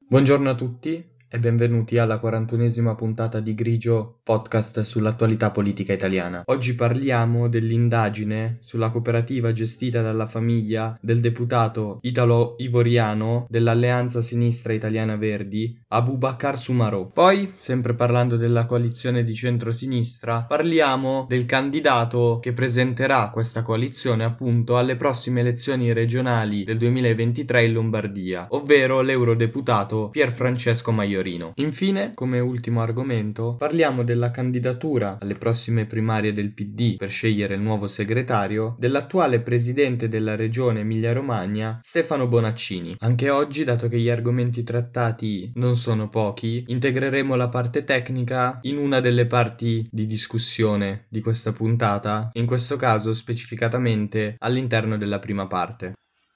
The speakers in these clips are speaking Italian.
Buongiorno a tutti e benvenuti alla 41esima puntata di Grigio, podcast sull'attualità politica italiana. Oggi parliamo dell'indagine sulla cooperativa gestita dalla famiglia del deputato italo-ivoriano dell'Alleanza Sinistra Italiana Verdi, Abubakar Soumarò. Poi, sempre parlando della coalizione di centro-sinistra, parliamo del candidato che presenterà questa coalizione appunto alle prossime elezioni regionali del 2023 in Lombardia, ovvero l'eurodeputato Pierfrancesco Maiorino. Infine, come ultimo argomento, parliamo della candidatura alle prossime primarie del PD per scegliere il nuovo segretario dell'attuale presidente della regione Emilia-Romagna, Stefano Bonaccini. Anche oggi, dato che gli argomenti trattati non sono pochi, integreremo la parte tecnica in una delle parti di discussione di questa puntata, in questo caso specificatamente all'interno della prima parte.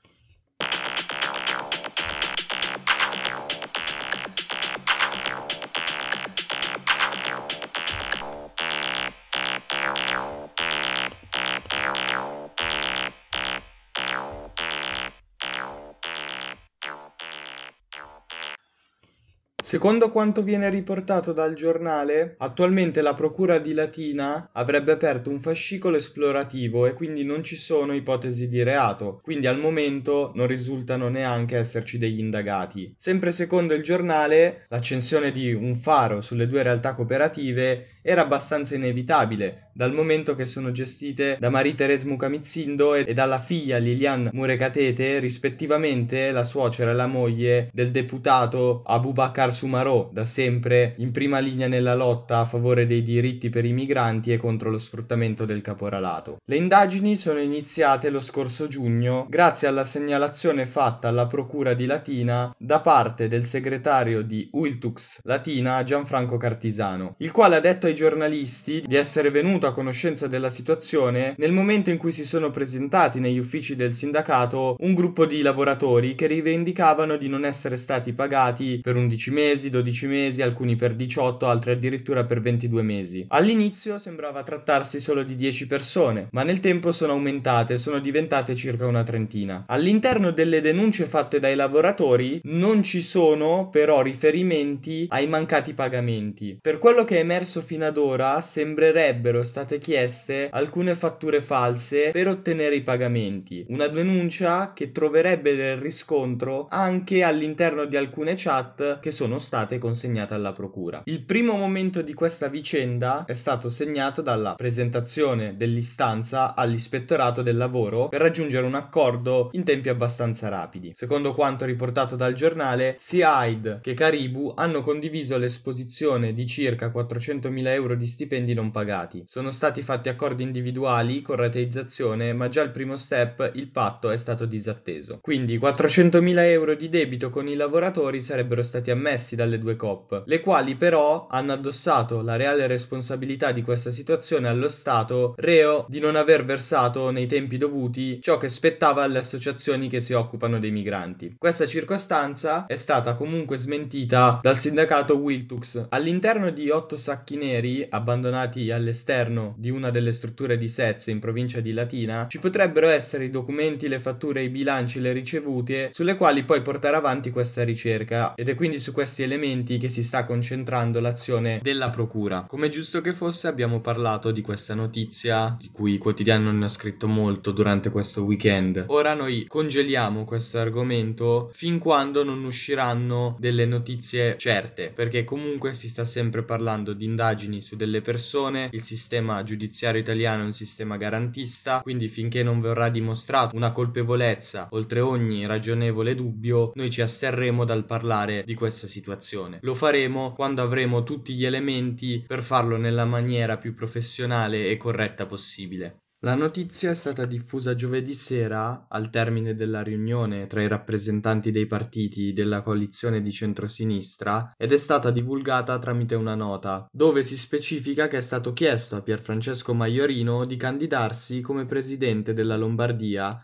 Secondo quanto viene riportato dal giornale, attualmente la Procura di Latina avrebbe aperto un fascicolo esplorativo e quindi non ci sono ipotesi di reato, quindi al momento non risultano neanche esserci degli indagati. Sempre secondo il giornale, l'accensione di un faro sulle due realtà cooperative era abbastanza inevitabile, dal momento che sono gestite da Marie-Thérèse Mucamizindo e dalla figlia Liliane Murekatete, rispettivamente la suocera e la moglie del deputato Abubakar Soumarò, da sempre in prima linea nella lotta a favore dei diritti per i migranti e contro lo sfruttamento del caporalato. Le indagini sono iniziate lo scorso giugno grazie alla segnalazione fatta alla Procura di Latina da parte del segretario di Uiltux Latina Gianfranco Cartisano, il quale ha detto ai giornalisti di essere venuto a conoscenza della situazione nel momento in cui si sono presentati negli uffici del sindacato un gruppo di lavoratori che rivendicavano di non essere stati pagati per 11 mesi, 12 mesi, alcuni per 18, altri addirittura per 22 mesi. All'inizio sembrava trattarsi solo di 10 persone, ma nel tempo sono aumentate, sono diventate circa una trentina. All'interno delle denunce fatte dai lavoratori non ci sono però riferimenti ai mancati pagamenti. Per quello che è emerso fino ad ora sembrerebbero state chieste alcune fatture false per ottenere i pagamenti, una denuncia che troverebbe del riscontro anche all'interno di alcune chat che sono state consegnate alla procura. Il primo momento di questa vicenda è stato segnato dalla presentazione dell'istanza all'ispettorato del lavoro per raggiungere un accordo in tempi abbastanza rapidi. Secondo quanto riportato dal giornale, sia AID che Caribou hanno condiviso l'esposizione di circa 400.000 euro di stipendi non pagati. Sono stati fatti accordi individuali con rateizzazione, ma già al primo step il patto è stato disatteso. Quindi 400.000 euro di debito con i lavoratori sarebbero stati ammessi dalle due COP, le quali però hanno addossato la reale responsabilità di questa situazione allo Stato, reo di non aver versato nei tempi dovuti ciò che spettava alle associazioni che si occupano dei migranti. Questa circostanza è stata comunque smentita dal sindacato Uiltux. All'interno di 8 sacchi neri abbandonati all'esterno di una delle strutture di Sez in provincia di Latina ci potrebbero essere i documenti, le fatture, i bilanci, le ricevute sulle quali poi portare avanti questa ricerca, ed è quindi su questi elementi che si sta concentrando l'azione della procura. Come giusto che fosse, abbiamo parlato di questa notizia di cui i quotidiani hanno scritto molto durante questo weekend. Ora noi congeliamo questo argomento fin quando non usciranno delle notizie certe, perché comunque si sta sempre parlando di indagini su delle persone, il sistema giudiziario italiano è un sistema garantista, quindi finché non verrà dimostrata una colpevolezza oltre ogni ragionevole dubbio, noi ci asterremo dal parlare di questa situazione. Lo faremo quando avremo tutti gli elementi per farlo nella maniera più professionale e corretta possibile. La notizia è stata diffusa giovedì sera, al termine della riunione tra i rappresentanti dei partiti della coalizione di centrosinistra, ed è stata divulgata tramite una nota, dove si specifica che è stato chiesto a Pierfrancesco Maiorino di candidarsi come presidente della Lombardia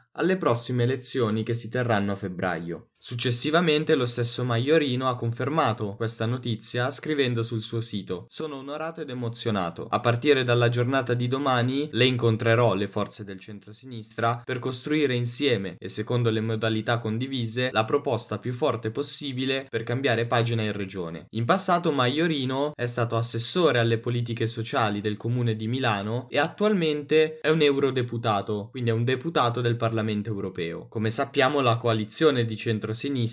alle prossime elezioni che si terranno a febbraio. Successivamente lo stesso Maiorino ha confermato questa notizia scrivendo sul suo sito: "Sono onorato ed emozionato. A partire dalla giornata di domani le incontrerò, le forze del centro-sinistra, per costruire insieme e secondo le modalità condivise la proposta più forte possibile per cambiare pagina in regione". In passato Maiorino è stato assessore alle politiche sociali del comune di Milano e attualmente è un eurodeputato, quindi è un deputato del Parlamento europeo. Come sappiamo, la coalizione di centro-sinistra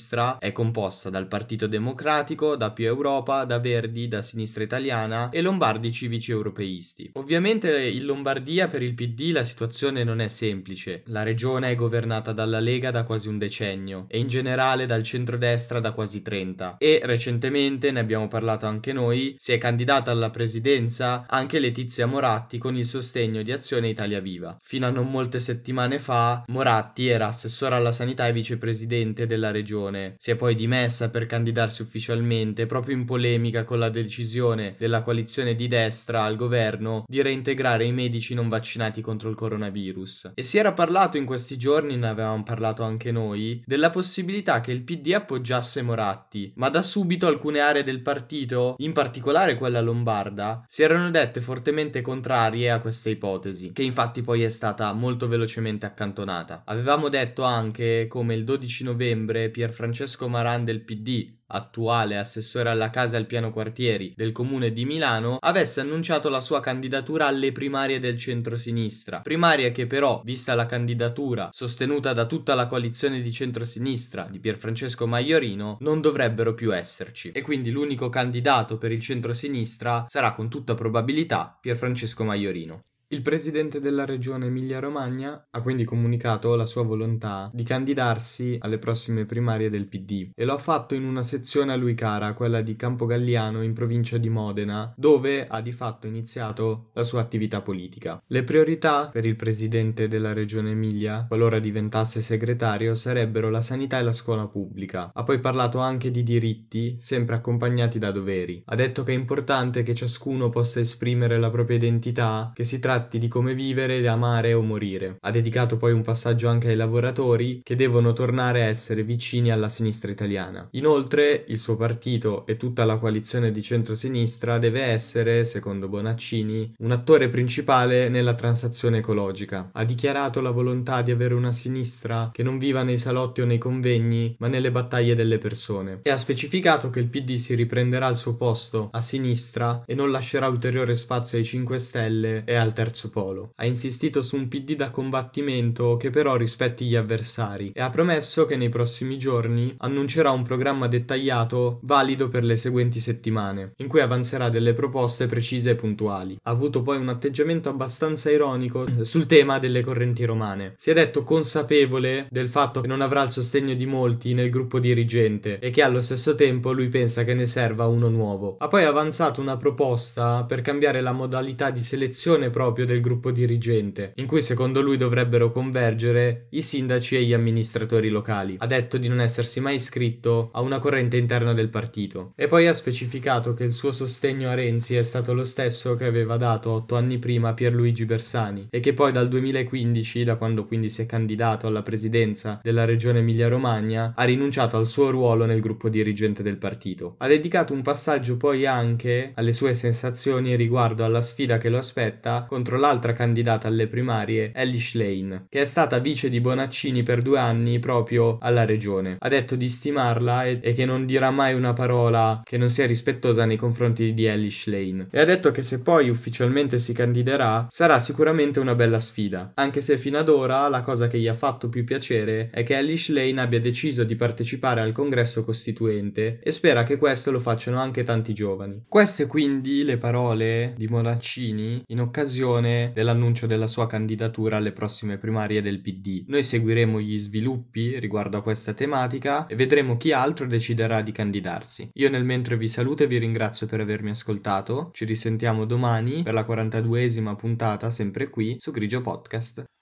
è composta dal Partito Democratico, da Più Europa, da Verdi, da Sinistra Italiana e Lombardi Civici Europeisti. Ovviamente in Lombardia per il PD la situazione non è semplice. La regione è governata dalla Lega da quasi un decennio e in generale dal centrodestra da quasi 30. E recentemente, ne abbiamo parlato anche noi, si è candidata alla presidenza anche Letizia Moratti con il sostegno di Azione Italia Viva. Fino a non molte settimane fa Moratti era assessore alla sanità e vicepresidente della regione. Si è poi dimessa per candidarsi ufficialmente proprio in polemica con la decisione della coalizione di destra al governo di reintegrare i medici non vaccinati contro il coronavirus. E si era parlato in questi giorni, ne avevamo parlato anche noi, della possibilità che il PD appoggiasse Moratti, ma da subito alcune aree del partito, in particolare quella lombarda, si erano dette fortemente contrarie a questa ipotesi, che infatti poi è stata molto velocemente accantonata. Avevamo detto anche come il 12 novembre Pierfrancesco Maran del PD, attuale assessore alla casa e al piano quartieri del comune di Milano, avesse annunciato la sua candidatura alle primarie del centro-sinistra, primarie che però, vista la candidatura sostenuta da tutta la coalizione di centro-sinistra di Pierfrancesco Maiorino, non dovrebbero più esserci, e quindi l'unico candidato per il centro-sinistra sarà con tutta probabilità Pierfrancesco Maiorino. Il presidente della regione Emilia-Romagna ha quindi comunicato la sua volontà di candidarsi alle prossime primarie del PD e lo ha fatto in una sezione a lui cara, quella di Campogalliano in provincia di Modena, dove ha di fatto iniziato la sua attività politica. Le priorità per il presidente della regione Emilia, qualora diventasse segretario, sarebbero la sanità e la scuola pubblica. Ha poi parlato anche di diritti, sempre accompagnati da doveri. Ha detto che è importante che ciascuno possa esprimere la propria identità, che si tratti di come vivere, amare o morire. Ha dedicato poi un passaggio anche ai lavoratori che devono tornare a essere vicini alla sinistra italiana. Inoltre, il suo partito e tutta la coalizione di centrosinistra deve essere, secondo Bonaccini, un attore principale nella transizione ecologica. Ha dichiarato la volontà di avere una sinistra che non viva nei salotti o nei convegni, ma nelle battaglie delle persone. E ha specificato che il PD si riprenderà il suo posto a sinistra e non lascerà ulteriore spazio ai 5 Stelle e al terzo polo. Ha insistito su un PD da combattimento che però rispetti gli avversari e ha promesso che nei prossimi giorni annuncerà un programma dettagliato valido per le seguenti settimane, in cui avanzerà delle proposte precise e puntuali. Ha avuto poi un atteggiamento abbastanza ironico sul tema delle correnti romane. Si è detto consapevole del fatto che non avrà il sostegno di molti nel gruppo dirigente e che allo stesso tempo lui pensa che ne serva uno nuovo. Ha poi avanzato una proposta per cambiare la modalità di selezione proprio del gruppo dirigente, in cui secondo lui dovrebbero convergere i sindaci e gli amministratori locali. Ha detto di non essersi mai iscritto a una corrente interna del partito e poi ha specificato che il suo sostegno a Renzi è stato lo stesso che aveva dato 8 anni prima Pierluigi Bersani e che poi dal 2015, da quando quindi si è candidato alla presidenza della regione Emilia-Romagna, ha rinunciato al suo ruolo nel gruppo dirigente del partito. Ha dedicato un passaggio poi anche alle sue sensazioni riguardo alla sfida che lo aspetta contro l'altra candidata alle primarie, Elish Lane, che è stata vice di Bonaccini per 2 anni proprio alla regione. Ha detto di stimarla e che non dirà mai una parola che non sia rispettosa nei confronti di Elish Lane. E ha detto che se poi ufficialmente si candiderà, sarà sicuramente una bella sfida, anche se fino ad ora la cosa che gli ha fatto più piacere è che Elish Lane abbia deciso di partecipare al congresso costituente e spera che questo lo facciano anche tanti giovani. Queste quindi le parole di Bonaccini in occasione dell'annuncio della sua candidatura alle prossime primarie del PD. Noi seguiremo gli sviluppi riguardo a questa tematica e vedremo chi altro deciderà di candidarsi. Io nel mentre vi saluto e vi ringrazio per avermi ascoltato. Ci risentiamo domani per la 42esima puntata, sempre qui su Grigio Podcast.